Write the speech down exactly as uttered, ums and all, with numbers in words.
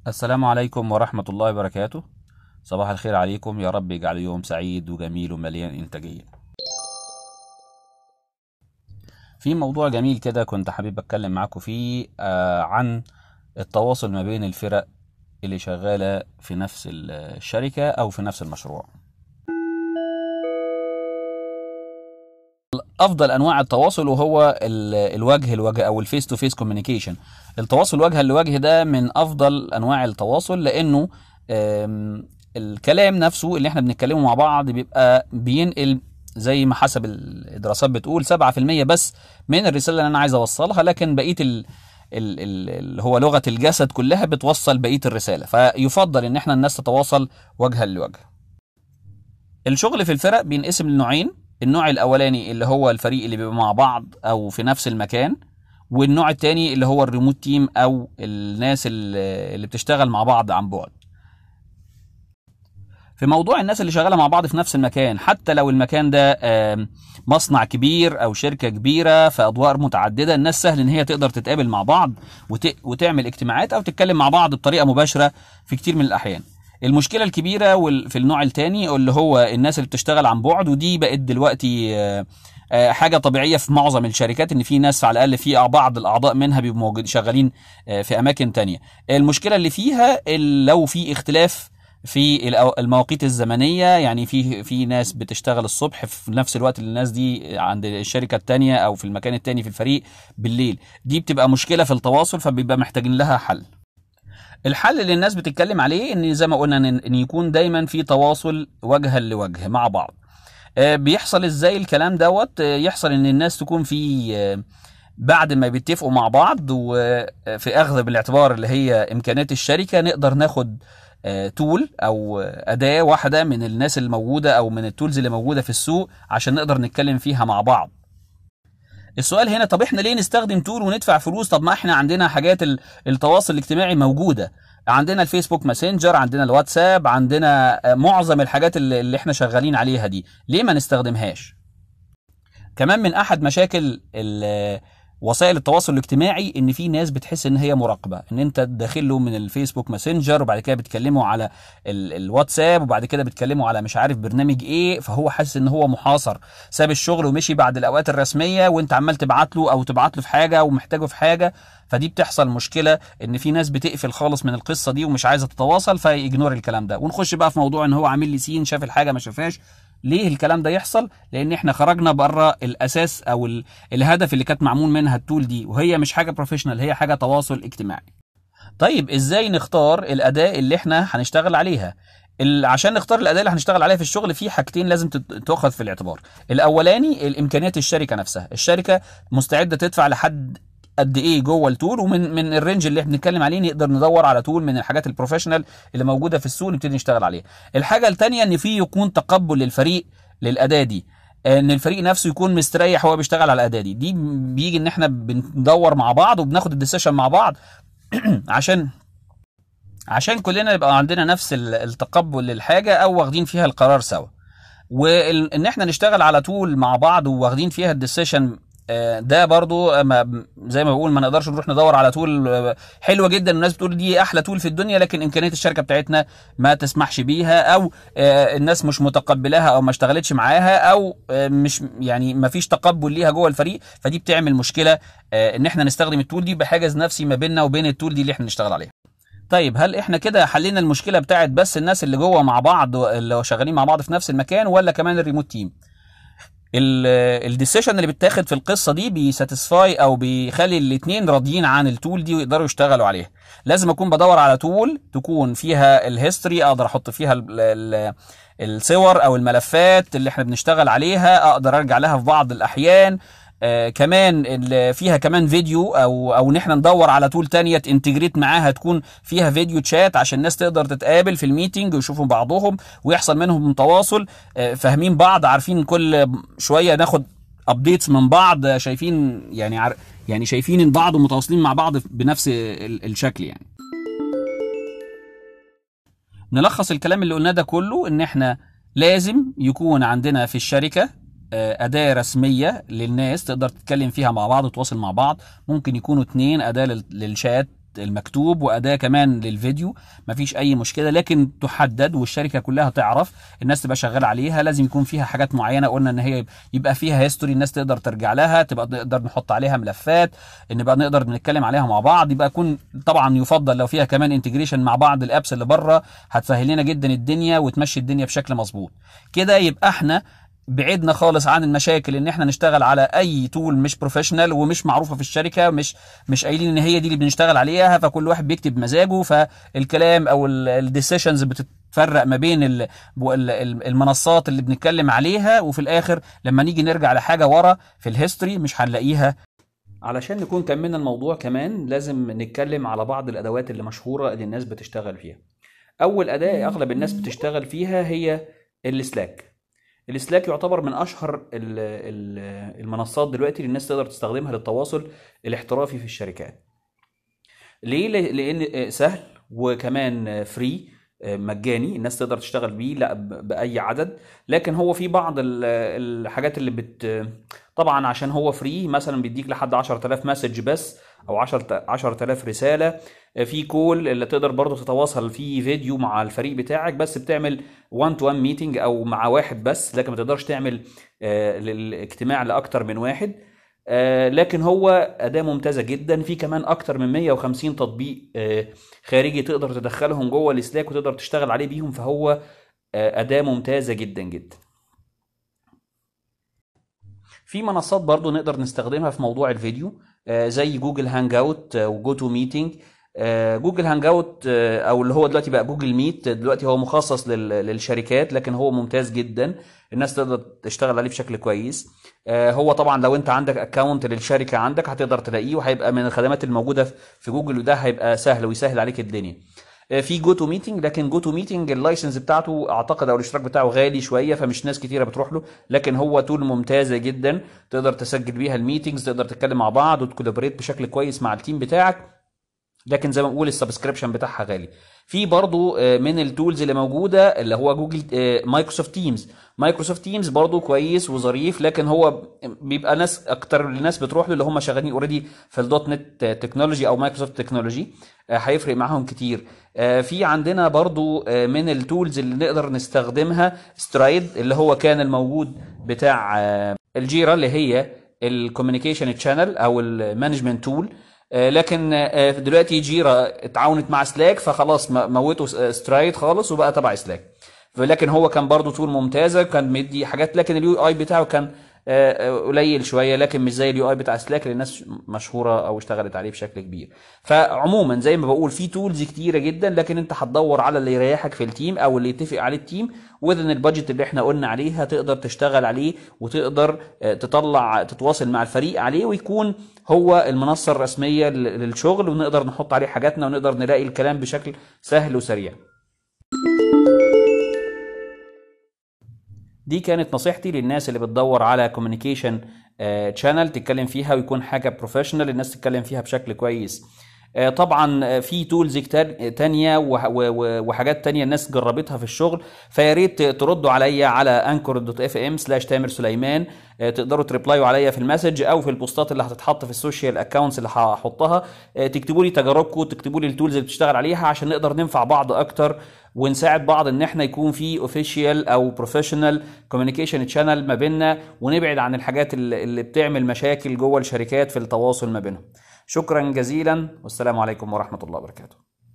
السلام عليكم ورحمة الله وبركاته. صباح الخير عليكم، يا رب يجعل يوم سعيد وجميل ومليان إنتاجية. في موضوع جميل كده كنت حابب أتكلم معاكم فيه آه عن التواصل ما بين الفرق اللي شغالة في نفس الشركة أو في نفس المشروع. افضل انواع التواصل وهو الوجه لوجه او الفيس تو فيس كوميونيكيشن. التواصل وجها لوجه ده من افضل انواع التواصل، لانه الكلام نفسه اللي احنا بنتكلمه مع بعض بيبقى بينقل زي ما حسب الدراسات بتقول سبعة في المية بس من الرساله اللي انا عايز اوصلها، لكن بقيه ال اللي هو لغه الجسد كلها بتوصل بقيه الرساله. فيفضل ان احنا الناس تتواصل وجها لوجه. الشغل في الفرق بينقسم لنوعين: النوع الاولاني اللي هو الفريق اللي بيبقى مع بعض او في نفس المكان، والنوع التاني اللي هو الريموت تيم او الناس اللي بتشتغل مع بعض عن بعد. في موضوع الناس اللي شغاله مع بعض في نفس المكان، حتى لو المكان ده مصنع كبير او شركه كبيره في ادوار متعدده، الناس سهل ان هي تقدر تتقابل مع بعض وت... وتعمل اجتماعات او تتكلم مع بعض بطريقه مباشره في كتير من الاحيان. المشكله الكبيره في النوع الثاني اللي هو الناس اللي بتشتغل عن بعد، ودي بقت دلوقتي حاجه طبيعيه في معظم الشركات، ان في ناس على الاقل في بعض الاعضاء منها بيبقوا موجودين شغالين في اماكن تانية. المشكله اللي فيها لو في اختلاف في المواقيت الزمنيه، يعني في في ناس بتشتغل الصبح في نفس الوقت اللي الناس دي عند الشركه الثانيه او في المكان الثاني في الفريق بالليل، دي بتبقى مشكله في التواصل، فبيبقى محتاجين لها حل. الحل اللي الناس بتتكلم عليه ان زي ما قلنا ان يكون دايما في تواصل وجها لوجه مع بعض. بيحصل ازاي الكلام دوت؟ يحصل ان الناس تكون في بعد ما بيتفقوا مع بعض وفي اخذ بالاعتبار اللي هي امكانيات الشركه، نقدر ناخد تول او اداه واحده من الناس الموجوده او من التولز اللي موجوده في السوق عشان نقدر نتكلم فيها مع بعض. السؤال هنا، طب احنا ليه نستخدم تول وندفع فلوس؟ طب ما احنا عندنا حاجات التواصل الاجتماعي موجوده، عندنا الفيسبوك ماسنجر، عندنا الواتساب، عندنا معظم الحاجات اللي احنا شغالين عليها دي، ليه ما نستخدمهاش؟ كمان من احد مشاكل وسائل التواصل الاجتماعي ان في ناس بتحس ان هي مراقبه، ان انت داخل له من الفيسبوك ماسنجر وبعد كده بتكلمه على الواتساب وبعد كده بتكلمه على مش عارف برنامج ايه، فهو حاسس ان هو محاصر، ساب الشغل ومشي بعد الاوقات الرسميه وانت عمال تبعت له او تبعت له في حاجه ومحتاجه في حاجه. فدي بتحصل مشكله ان في ناس بتقفل خالص من القصه دي ومش عايزه تتواصل فيجنور الكلام ده. ونخش بقى في موضوع ان هو عامل لي سين، شاف الحاجه ما شافهاش. ليه الكلام ده يحصل؟ لان احنا خرجنا بره الاساس او الهدف اللي كانت معمول منها التول دي، وهي مش حاجه بروفيشنال، هي حاجه تواصل اجتماعي. طيب ازاي نختار الاداه اللي احنا هنشتغل عليها؟ عشان نختار الاداه اللي هنشتغل عليها في الشغل في حاجتين لازم تؤخذ في الاعتبار. الاولاني الامكانيات الشركه نفسها، الشركه مستعده تدفع لحد قد ايه جوه التول، ومن من الرينج اللي احنا بنتكلم عليه نقدر ندور على تول من الحاجات البروفيشنال اللي موجوده في السوق نبتدي نشتغل عليها. الحاجه الثانيه ان في يكون تقبل للفريق للاداه دي، ان الفريق نفسه يكون مستريح وهو بيشتغل على الاداه دي. دي بيجي ان احنا بندور مع بعض وبناخد الديسيشن مع بعض عشان عشان كلنا يبقى عندنا نفس التقبل للحاجه او واخدين فيها القرار سوا. وان احنا نشتغل على تول مع بعض وواخدين فيها الديسيشن ده برضو زي ما بقول ما نقدرش نروح ندور على تول حلوه جدا الناس بتقول دي احلى تول في الدنيا لكن امكانيات الشركه بتاعتنا ما تسمحش بيها، او الناس مش متقبلاها او ما اشتغلتش معاها، او مش يعني ما فيش تقبل ليها جوه الفريق. فدي بتعمل مشكله ان احنا نستخدم التول دي بحاجز نفسي ما بيننا وبين التول دي اللي احنا نشتغل عليها. طيب هل احنا كده حلينا المشكله بتاعت بس الناس اللي جوه مع بعض اللي شغالين مع بعض في نفس المكان، ولا كمان الريموت تيم؟ الديسيشن اللي بتاخد في القصه دي بيساتسفاي او بيخلي الاثنين راضيين عن التول دي ويقدروا يشتغلوا عليها. لازم اكون بدور على تول تكون فيها الهيستوري، اقدر احط فيها ال ال الصور او الملفات اللي احنا بنشتغل عليها، اقدر ارجع لها في بعض الاحيان. آه كمان فيها كمان فيديو او او ان احنا ندور على تول تانية تنتجريت معاها تكون فيها فيديو تشات عشان الناس تقدر تتقابل في الميتنج ويشوفوا بعضهم ويحصل منهم تواصل، آه فاهمين بعض، عارفين كل شويه ناخد ابديتس من بعض، شايفين يعني عر... يعني شايفين ان بعض ومتواصلين مع بعض بنفس الشكل. يعني نلخص الكلام اللي قلناه ده كله ان احنا لازم يكون عندنا في الشركه أداة رسمية للناس تقدر تتكلم فيها مع بعض وتواصل مع بعض. ممكن يكونوا اتنين أداة للشات المكتوب واداه كمان للفيديو، مفيش اي مشكله، لكن تحدد والشركه كلها تعرف، الناس تبقى شغاله عليها. لازم يكون فيها حاجات معينه، قلنا ان هي يبقى فيها هيستوري الناس تقدر ترجع لها، تبقى نقدر نحط عليها ملفات، نبقى نقدر نتكلم عليها مع بعض. يبقى يكون طبعا يفضل لو فيها كمان انتجريشن مع بعض الابس اللي بره، هتسهل لنا جدا الدنيا وتمشي الدنيا بشكل مظبوط. كده يبقى احنا بعدنا خالص عن المشاكل ان احنا نشتغل على اي تول مش بروفيشنال ومش معروفه في الشركه، مش مش قايلين ان هي دي اللي بنشتغل عليها، فكل واحد بيكتب مزاجه، فالكلام او الديسيشنز بتتفرق ما بين المنصات اللي بنتكلم عليها، وفي الاخر لما نيجي نرجع لحاجه ورا في الهيستوري مش هنلاقيها. علشان نكون كملنا الموضوع كمان لازم نتكلم على بعض الادوات اللي مشهوره اللي الناس بتشتغل فيها. اول اداه اغلب الناس بتشتغل فيها هي السلاك. السلاك يعتبر من اشهر المنصات دلوقتي اللي الناس تقدر تستخدمها للتواصل الاحترافي في الشركات. ليه؟ لان سهل وكمان فري، مجاني، الناس تقدر تشتغل بيه لا باي عدد. لكن هو في بعض الحاجات اللي بت طبعا عشان هو فري، مثلا بيديك لحد عشرة آلاف مسج بس او عشرة آلاف رساله، في كول اللي تقدر برضو تتواصل في فيديو مع الفريق بتاعك، بس بتعمل وان تو وان ميتنج او مع واحد بس، لكن ما تقدرش تعمل الاجتماع لاكتر من واحد. لكن هو اداه ممتازه جدا. في كمان اكتر من مية وخمسين تطبيق خارجي تقدر تدخلهم جوه السلاك وتقدر تشتغل عليه بيهم، فهو اداه ممتازه جدا جدا. في منصات برضو نقدر نستخدمها في موضوع الفيديو زي جوجل هانج اوت وجو تو ميتنج. جوجل هانج اوت او اللي هو دلوقتي بقى جوجل ميت، دلوقتي هو مخصص للشركات، لكن هو ممتاز جدا، الناس تقدر تشتغل عليه بشكل كويس. هو طبعا لو انت عندك اكونت للشركه عندك هتقدر تلاقيه، وهيبقى من الخدمات الموجوده في جوجل، وده هيبقى سهل ويسهل عليك الدنيا. في جو تو ميتنج، لكن جو تو ميتنج اللايسنس بتاعته اعتقد او الاشتراك بتاعه غالي شويه، فمش ناس كتيره بتروح له، لكن هو تول ممتازه جدا تقدر تسجل بيها الميتنجز، تقدر تتكلم مع بعض وتكولابريت بشكل كويس مع التيم بتاعك، لكن زي ما بقول السبسكريبشن بتاعها غالي. في برضو من التولز اللي موجوده اللي هو جوجل مايكروسوفت تيمز. مايكروسوفت تيمز برضو كويس وظريف، لكن هو بيبقى ناس اكتر الناس بتروح له اللي هم شغالين اوريدي في الدوت نت تكنولوجي او مايكروسوفت تكنولوجي، هيفرق معاهم كتير. في عندنا برضو من التولز اللي نقدر نستخدمها سترايد، اللي هو كان الموجود بتاع الجيرا اللي هي الكوميونيكيشن تشانل او المانجمنت تول، لكن دلوقتي جيرا اتعاونت مع سلاك فخلاص موتوا سترايد خالص وبقى تبع سلاك. لكن هو كان برضو تول ممتازه، كان مدي حاجات، لكن اليو اي بتاعه كان قليل شويه، لكن مش زي اليو اي بتاع سلاك اللي الناس مشهوره او اشتغلت عليه بشكل كبير. فعموما زي ما بقول في تولز كتيره جدا، لكن انت هتدور على اللي يريحك في التيم او اللي يتفق عليه التيم، واذن البادجت اللي احنا قلنا عليها تقدر تشتغل عليه وتقدر تطلع تتواصل مع الفريق عليه، ويكون هو المنصه الرسميه للشغل، ونقدر نحط عليه حاجاتنا ونقدر نلاقي الكلام بشكل سهل وسريع. دي كانت نصيحتي للناس اللي بتدور على كوميونيكيشن تشانل تتكلم فيها ويكون حاجه بروفيشنال الناس تتكلم فيها بشكل كويس. طبعا في تولز تانية وحاجات تانية الناس جربتها في الشغل، فيا ريت تردوا عليا على انكور دوت اف ام سلاش تامر سليمان، تقدروا تريبلايوا عليا في المسج او في البوستات اللي هتتحط في السوشيال اكونتس اللي هحطها، تكتبوا لي تجاربكم، تكتبوا لي التولز اللي بتشتغل عليها عشان نقدر ننفع بعض اكتر ونساعد بعض ان احنا يكون في اوفيشال او بروفيشنال كوميونيكيشن تشانل ما بيننا، ونبعد عن الحاجات اللي بتعمل مشاكل جوه الشركات في التواصل ما بينهم. شكرا جزيلا والسلام عليكم ورحمة الله وبركاته.